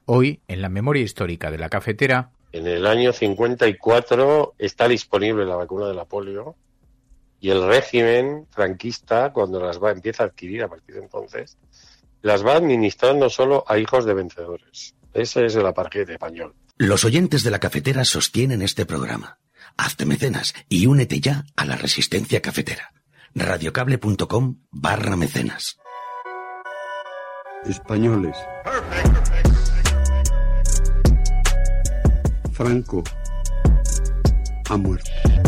Hoy, en la memoria histórica de la cafetera... En el año 54 está disponible la vacuna de la polio y el régimen franquista, cuando empieza a adquirir a partir de entonces, las va administrando solo a hijos de vencedores. Ese es el apartheid español. Los oyentes de la cafetera sostienen este programa. Hazte mecenas y únete ya a la resistencia cafetera. radiocable.com/mecenas. Españoles. Franco ha muerto.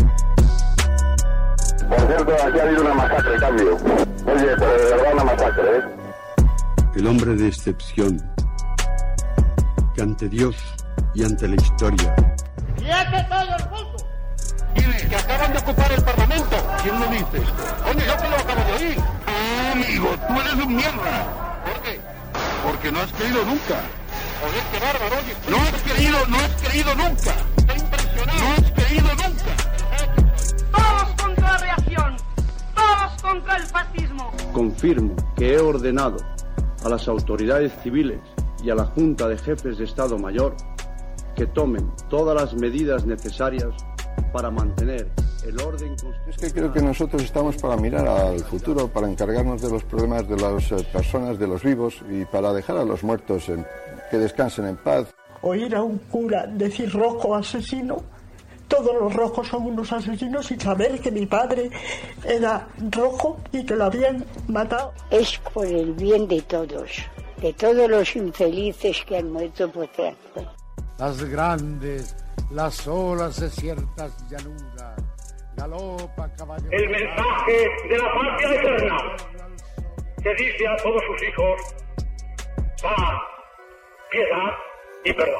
Por cierto, aquí ha habido una masacre, cambio. Oye, pero de verdad una masacre, ¿eh? El hombre de excepción, que ante Dios y ante la historia... ¡Quiete todo el mundo! Dile que acaban de ocupar el Parlamento. ¿Quién lo dice? Coño, yo que lo acabo de oír. Ah, amigo, tú eres un mierda. ¿Por qué? Porque no has creído nunca. Joder, qué bárbaro, oye. No has creído nunca. Estoy impresionado. No has creído nunca. Todos contra la reacción. Todos contra el fascismo. Confirmo que he ordenado a las autoridades civiles y a la Junta de Jefes de Estado Mayor que tomen todas las medidas necesarias para mantener el orden constitucional. Es que creo que nosotros estamos para mirar al futuro, para encargarnos de los problemas de las personas, de los vivos y para dejar a los muertos que descansen en paz. Oír a un cura decir rojo asesino, todos los rojos son unos asesinos, y saber que mi padre era rojo y que lo habían matado. Es por el bien de todos los infelices que han muerto por Franco. Las grandes, las olas de ciertas llanuras, galopa caballo. El mensaje de la patria eterna que dice a todos sus hijos: paz, piedad y perdón.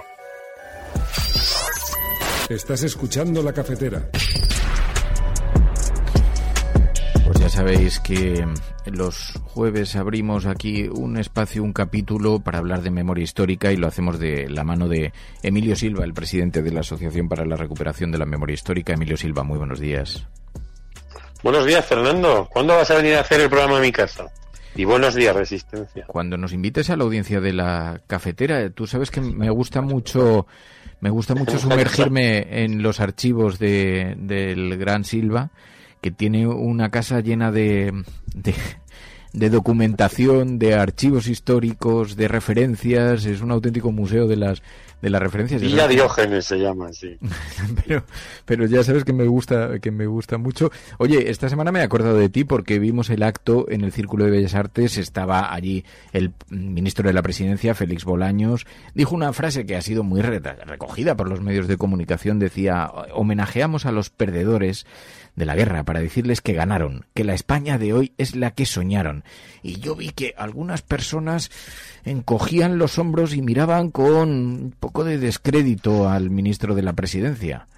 Estás escuchando La Cafetera. Pues ya sabéis que los jueves abrimos aquí un espacio, un capítulo para hablar de memoria histórica, y lo hacemos de la mano de Emilio Silva, el presidente de la Asociación para la Recuperación de la Memoria Histórica. Emilio Silva, muy buenos días. Buenos días, Fernando. ¿Cuándo vas a venir a hacer el programa a mi casa? Y buenos días, Resistencia. Cuando nos invites a la audiencia de la cafetera. Tú sabes que me gusta mucho sumergirme en los archivos del gran Silva, que tiene una casa llena de documentación, de archivos históricos, de referencias. Es un auténtico museo de las referencias. Villa Diógenes se llama, sí. pero ya sabes que me gusta mucho. Oye, esta semana me he acordado de ti porque vimos el acto en el Círculo de Bellas Artes. Estaba allí el ministro de la Presidencia, Félix Bolaños. Dijo una frase que ha sido muy recogida por los medios de comunicación. Decía: homenajeamos a los perdedores de la guerra para decirles que ganaron, que la España de hoy es la que soñaron. Y yo vi que algunas personas encogían los hombros y miraban con un poco de descrédito al ministro de la Presidencia.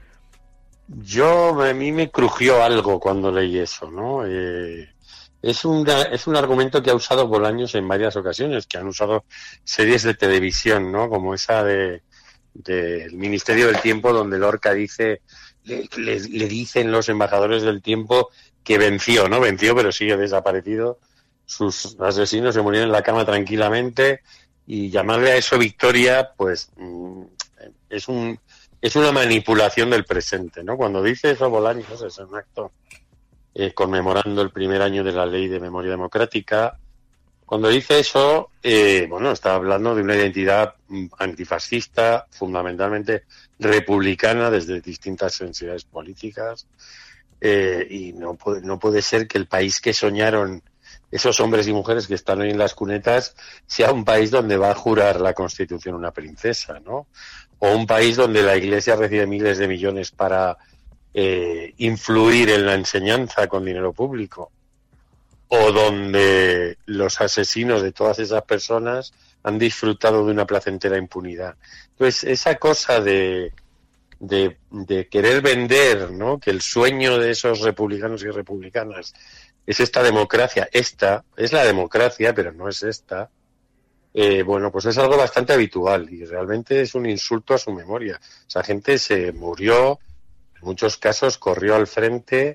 A mí me crujió algo cuando leí eso, ¿no? Es un argumento que ha usado Bolaños en varias ocasiones, que han usado series de televisión, ¿no? Como esa del Ministerio del Tiempo, donde Lorca dice... Le dicen los embajadores del tiempo que venció, ¿no? Venció, pero sigue desaparecido. Sus asesinos se murieron en la cama tranquilamente, y llamarle a eso victoria, pues es una manipulación del presente, ¿no? Cuando dice eso Bolaños, es un acto conmemorando el primer año de la Ley de Memoria Democrática. Cuando dice eso, está hablando de una identidad antifascista, fundamentalmente republicana, desde distintas sensibilidades políticas, y no puede ser que el país que soñaron esos hombres y mujeres que están hoy en las cunetas sea un país donde va a jurar la Constitución una princesa, ¿no? O un país donde la Iglesia recibe miles de millones para influir en la enseñanza con dinero público, o donde los asesinos de todas esas personas han disfrutado de una placentera impunidad. Entonces, esa cosa de querer vender, ¿no?, que el sueño de esos republicanos y republicanas es esta democracia, esta es la democracia, pero no es esta, pues es algo bastante habitual, y realmente es un insulto a su memoria. Esa gente se murió, en muchos casos corrió al frente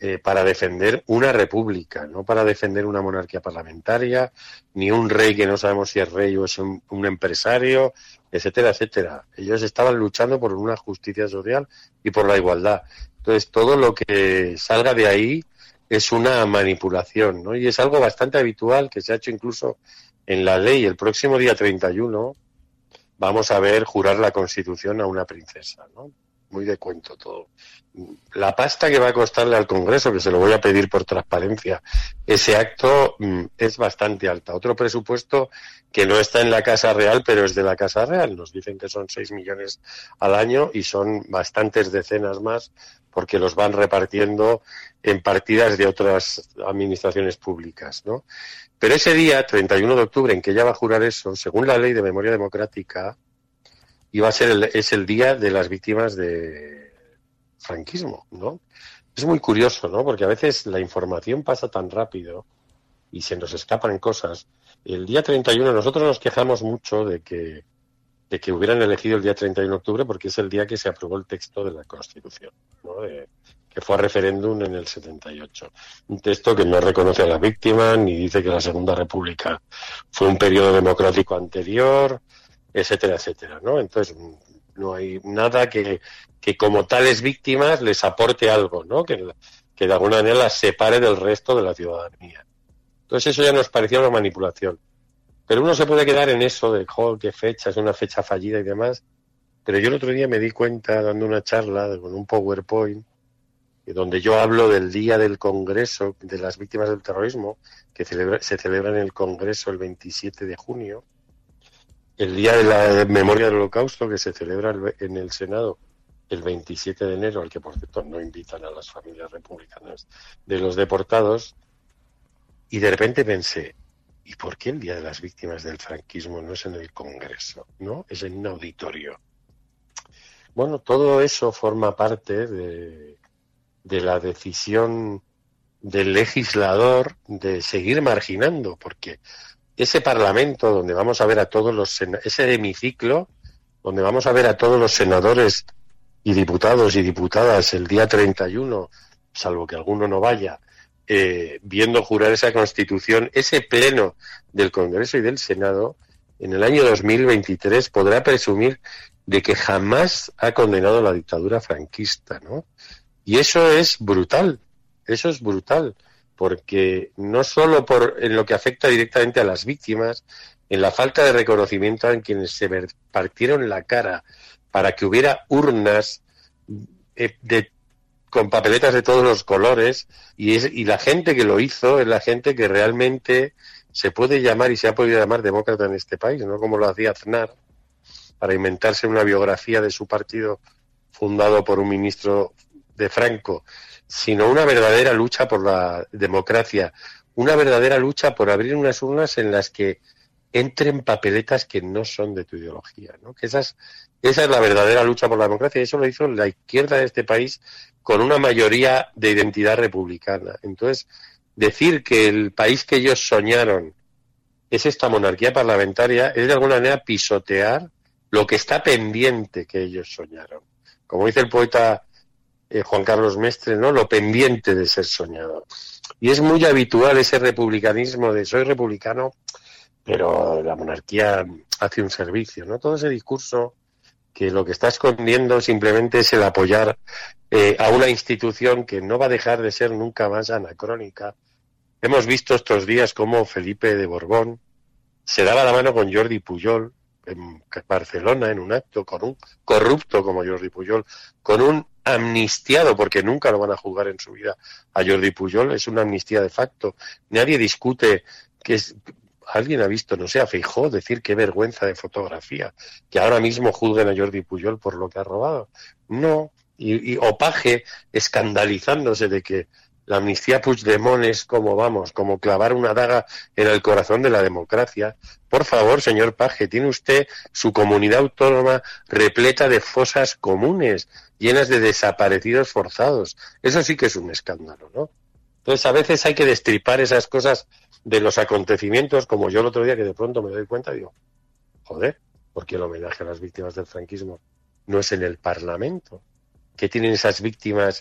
para defender una república, no para defender una monarquía parlamentaria, ni un rey que no sabemos si es rey o es un empresario, etcétera, etcétera. Ellos estaban luchando por una justicia social y por la igualdad. Entonces, todo lo que salga de ahí es una manipulación, ¿no? Y es algo bastante habitual que se ha hecho incluso en la ley. El próximo día 31 vamos a ver jurar la Constitución a una princesa, ¿no? Muy de cuento todo. La pasta que va a costarle al Congreso, que se lo voy a pedir por transparencia, ese acto es bastante alta. Otro presupuesto que no está en la Casa Real, pero es de la Casa Real. Nos dicen que son 6 millones al año y son bastantes decenas más porque los van repartiendo en partidas de otras administraciones públicas, ¿no? Pero ese día, 31 de octubre, en que ella va a jurar eso, según la Ley de Memoria Democrática, es el día de las víctimas de franquismo, ¿no? Es muy curioso, ¿no? Porque a veces la información pasa tan rápido y se nos escapan cosas. El día 31 nosotros nos quejamos mucho de que hubieran elegido el día 31 de octubre porque es el día que se aprobó el texto de la Constitución, ¿no? Que fue a referéndum en el 78. Un texto que no reconoce a las víctimas ni dice que la Segunda República fue un periodo democrático anterior, etcétera, etcétera, ¿no? Entonces, no hay nada que como tales víctimas les aporte algo, ¿no? Que de alguna manera las separe del resto de la ciudadanía. Entonces, eso ya nos parecía una manipulación. Pero uno se puede quedar en eso de, qué fecha, es una fecha fallida y demás. Pero yo el otro día me di cuenta, dando una charla con un PowerPoint, donde yo hablo del Día del Congreso de las Víctimas del Terrorismo, que se celebra en el Congreso el 27 de junio, el Día de la Memoria del Holocausto, que se celebra en el Senado el 27 de enero, al que por cierto no invitan a las familias republicanas de los deportados, y de repente pensé, ¿y por qué el Día de las Víctimas del Franquismo no es en el Congreso, no? Es en un auditorio. Bueno, todo eso forma parte de la decisión del legislador de seguir marginando, porque ese Parlamento donde vamos a ver a todos ese hemiciclo donde vamos a ver a todos los senadores y diputados y diputadas el día 31, salvo que alguno no vaya, viendo jurar esa Constitución, ese pleno del Congreso y del Senado, en el año 2023 podrá presumir de que jamás ha condenado la dictadura franquista, ¿no? Y eso es brutal, porque no solo en lo que afecta directamente a las víctimas, en la falta de reconocimiento a quienes se partieron la cara para que hubiera urnas con papeletas de todos los colores, y la gente que lo hizo es la gente que realmente se puede llamar y se ha podido llamar demócrata en este país, no como lo hacía Aznar, para inventarse una biografía de su partido fundado por un ministro de Franco, sino una verdadera lucha por la democracia, una verdadera lucha por abrir unas urnas en las que entren papeletas que no son de tu ideología, ¿no? Que esa es la verdadera lucha por la democracia, y eso lo hizo la izquierda de este país con una mayoría de identidad republicana. Entonces, decir que el país que ellos soñaron es esta monarquía parlamentaria es de alguna manera pisotear lo que está pendiente que ellos soñaron. Como dice el poeta Juan Carlos Mestre, ¿no? Lo pendiente de ser soñado. Y es muy habitual ese republicanismo de soy republicano, pero la monarquía hace un servicio, ¿no? Todo ese discurso que lo que está escondiendo simplemente es el apoyar a una institución que no va a dejar de ser nunca más anacrónica. Hemos visto estos días cómo Felipe de Borbón se daba la mano con Jordi Pujol en Barcelona en un acto, con un corrupto como Jordi Pujol, con un amnistiado, porque nunca lo van a juzgar en su vida a Jordi Pujol, es una amnistía de facto. Nadie discute que es... Alguien ha visto, no sé, a Feijóo decir qué vergüenza de fotografía, que ahora mismo juzguen a Jordi Pujol por lo que ha robado. No, y Opage escandalizándose de que la amnistía Puigdemont es como clavar una daga en el corazón de la democracia. Por favor, señor Page, tiene usted su comunidad autónoma repleta de fosas comunes, llenas de desaparecidos forzados. Eso sí que es un escándalo, ¿no? Entonces, a veces hay que destripar esas cosas de los acontecimientos, como yo el otro día que de pronto me doy cuenta, digo, joder, ¿por qué el homenaje a las víctimas del franquismo no es en el Parlamento? ¿Qué tienen esas víctimas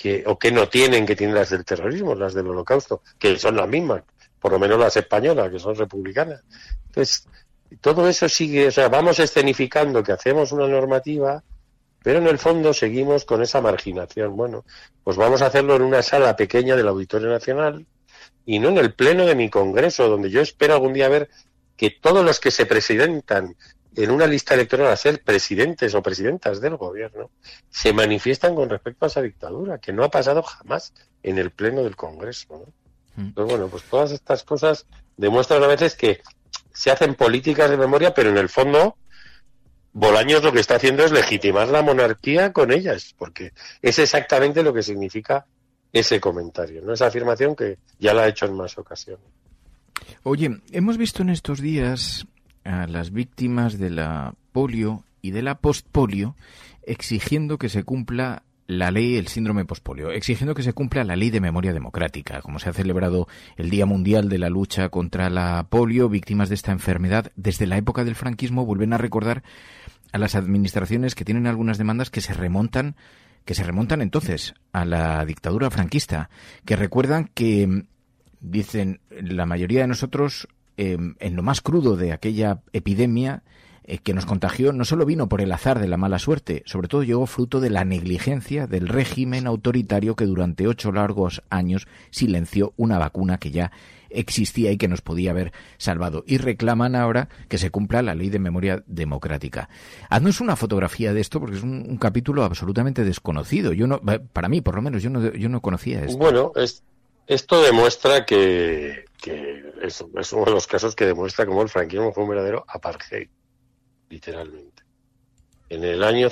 o que no tienen, que tienen las del terrorismo, las del Holocausto, que son las mismas, por lo menos las españolas, que son republicanas. Entonces, todo eso sigue, o sea, vamos escenificando que hacemos una normativa, pero en el fondo seguimos con esa marginación. Bueno, pues vamos a hacerlo en una sala pequeña del Auditorio Nacional y no en el pleno de mi Congreso, donde yo espero algún día ver que todos los que se presidentan en una lista electoral a ser presidentes o presidentas del gobierno se manifiestan con respecto a esa dictadura, que no ha pasado jamás en el pleno del Congreso, ¿no? Entonces, bueno, pues todas estas cosas demuestran a veces que se hacen políticas de memoria, pero en el fondo Bolaños lo que está haciendo es legitimar la monarquía con ellas, porque es exactamente lo que significa ese comentario, ¿no? Esa afirmación que ya la ha hecho en más ocasiones. Oye, hemos visto en estos días a las víctimas de la polio y de la postpolio exigiendo que se cumpla la ley, el síndrome postpolio, exigiendo que se cumpla la ley de memoria democrática. Como se ha celebrado el Día Mundial de la Lucha contra la polio, víctimas de esta enfermedad desde la época del franquismo vuelven a recordar a las administraciones que tienen algunas demandas que se remontan entonces a la dictadura franquista, que recuerdan que, dicen, la mayoría de nosotros, en lo más crudo de aquella epidemia que nos contagió, no solo vino por el azar de la mala suerte, sobre todo llegó fruto de la negligencia del régimen autoritario que durante 8 largos años silenció una vacuna que ya existía y que nos podía haber salvado. Y reclaman ahora que se cumpla la ley de memoria democrática. Haznos una fotografía de esto, porque es un capítulo absolutamente desconocido. Yo no, para mí, por lo menos, yo no conocía esto. Bueno, esto demuestra que es uno de los casos que demuestra cómo el franquismo fue un verdadero apartheid, literalmente. En el año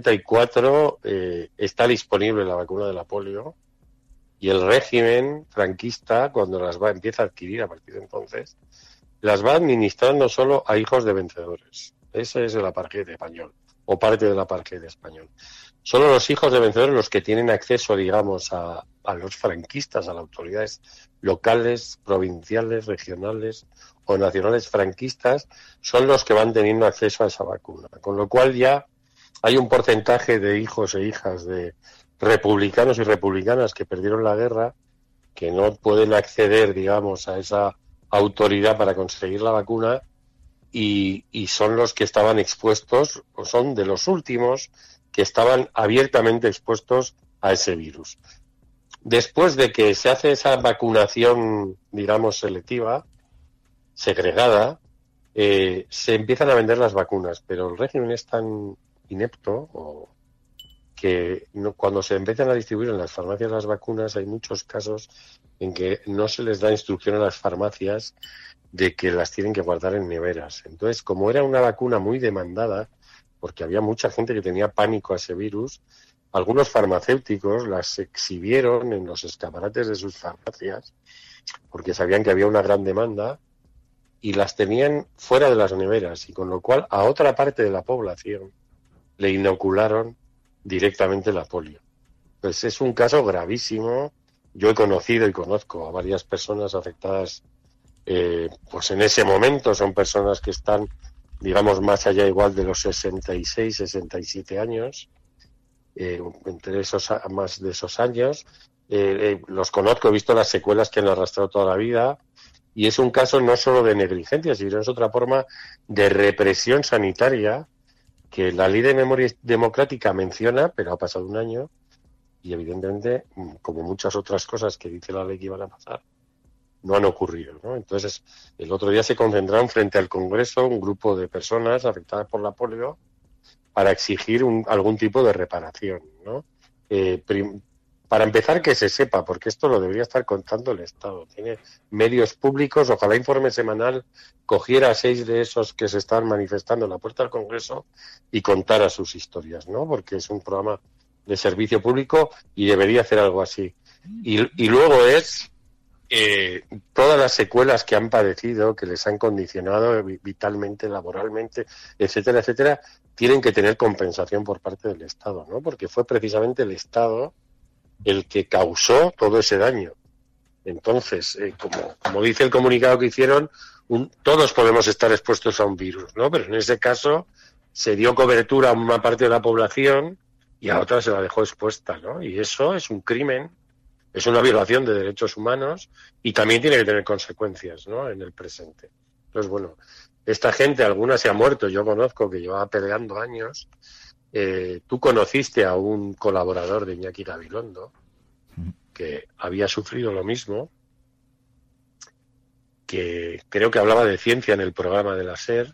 54 está disponible la vacuna de la polio y el régimen franquista, cuando las empieza a adquirir a partir de entonces, las va administrando solo a hijos de vencedores. Ese es el apartheid español, o parte del apartheid español. Solo los hijos de vencedores, los que tienen acceso, digamos, a los franquistas, a las autoridades locales, provinciales, regionales o nacionales franquistas, son los que van teniendo acceso a esa vacuna. Con lo cual ya hay un porcentaje de hijos e hijas de republicanos y republicanas que perdieron la guerra, que no pueden acceder, digamos, a esa autoridad para conseguir la vacuna y son los que estaban expuestos, o son de los últimos que estaban abiertamente expuestos a ese virus. Después de que se hace esa vacunación, digamos, selectiva, segregada, se empiezan a vender las vacunas, pero el régimen es tan inepto que cuando se empiezan a distribuir en las farmacias las vacunas, hay muchos casos en que no se les da instrucción a las farmacias de que las tienen que guardar en neveras. Entonces, como era una vacuna muy demandada, porque había mucha gente que tenía pánico a ese virus, algunos farmacéuticos las exhibieron en los escaparates de sus farmacias, porque sabían que había una gran demanda, y las tenían fuera de las neveras, y con lo cual a otra parte de la población le inocularon directamente la polio. Pues es un caso gravísimo. Yo he conocido y conozco a varias personas afectadas, pues en ese momento son personas que están, digamos, más allá igual de los 66, 67 años, entre esos, más de esos años. Los conozco, he visto las secuelas que han arrastrado toda la vida, y es un caso no solo de negligencia, sino es otra forma de represión sanitaria que la ley de memoria democrática menciona, pero ha pasado un año y evidentemente, como muchas otras cosas que dice la ley que iban a pasar, no han ocurrido, ¿no? Entonces, el otro día se concentraron frente al Congreso un grupo de personas afectadas por la polio para exigir algún tipo de reparación, ¿no? Para empezar, que se sepa, porque esto lo debería estar contando el Estado. Tiene medios públicos, ojalá Informe Semanal cogiera a 6 de esos que se están manifestando en la puerta del Congreso y contara sus historias, ¿no? Porque es un programa de servicio público y debería hacer algo así. Y luego es todas las secuelas que han padecido, que les han condicionado vitalmente, laboralmente, etcétera, etcétera, tienen que tener compensación por parte del Estado, ¿no? Porque fue precisamente el Estado el que causó todo ese daño. Entonces, como dice el comunicado que hicieron, todos podemos estar expuestos a un virus, ¿no? Pero en ese caso se dio cobertura a una parte de la población y a otra se la dejó expuesta, ¿no? Y eso es un crimen, es una violación de derechos humanos y también tiene que tener consecuencias, ¿no? En el presente. Entonces, bueno, esta gente, alguna se ha muerto, yo conozco que llevaba peleando años. Tú conociste a un colaborador de Iñaki Gabilondo que había sufrido lo mismo, que creo que hablaba de ciencia en el programa de la SER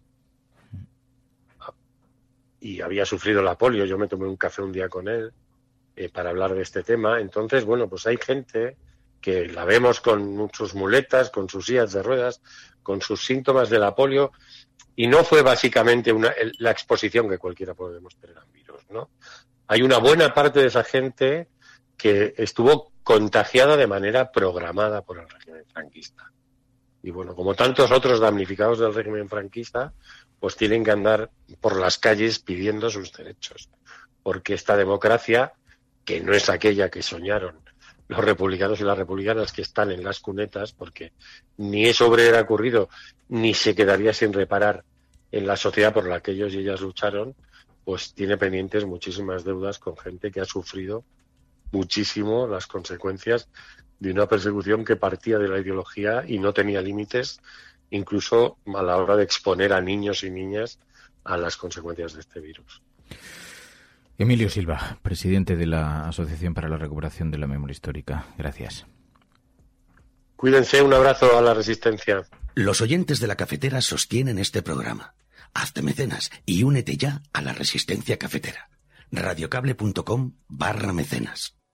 y había sufrido la polio. Yo me tomé un café un día con él para hablar de este tema. Entonces, bueno, pues hay gente que la vemos con sus muletas, con sus sillas de ruedas, con sus síntomas de la polio, y no fue básicamente la exposición que cualquiera podemos tener a un virus, ¿no? Hay una buena parte de esa gente que estuvo contagiada de manera programada por el régimen franquista. Y bueno, como tantos otros damnificados del régimen franquista, pues tienen que andar por las calles pidiendo sus derechos. Porque esta democracia, que no es aquella que soñaron los republicanos y las republicanas que están en las cunetas, porque ni eso hubiera ocurrido, ni se quedaría sin reparar en la sociedad por la que ellos y ellas lucharon, pues tiene pendientes muchísimas deudas con gente que ha sufrido muchísimo las consecuencias de una persecución que partía de la ideología y no tenía límites, incluso a la hora de exponer a niños y niñas a las consecuencias de este virus. Emilio Silva, presidente de la Asociación para la Recuperación de la Memoria Histórica. Gracias. Cuídense, un abrazo a la Resistencia. Los oyentes de La Cafetera sostienen este programa. Hazte mecenas y únete ya a la Resistencia Cafetera. radiocable.com/mecenas.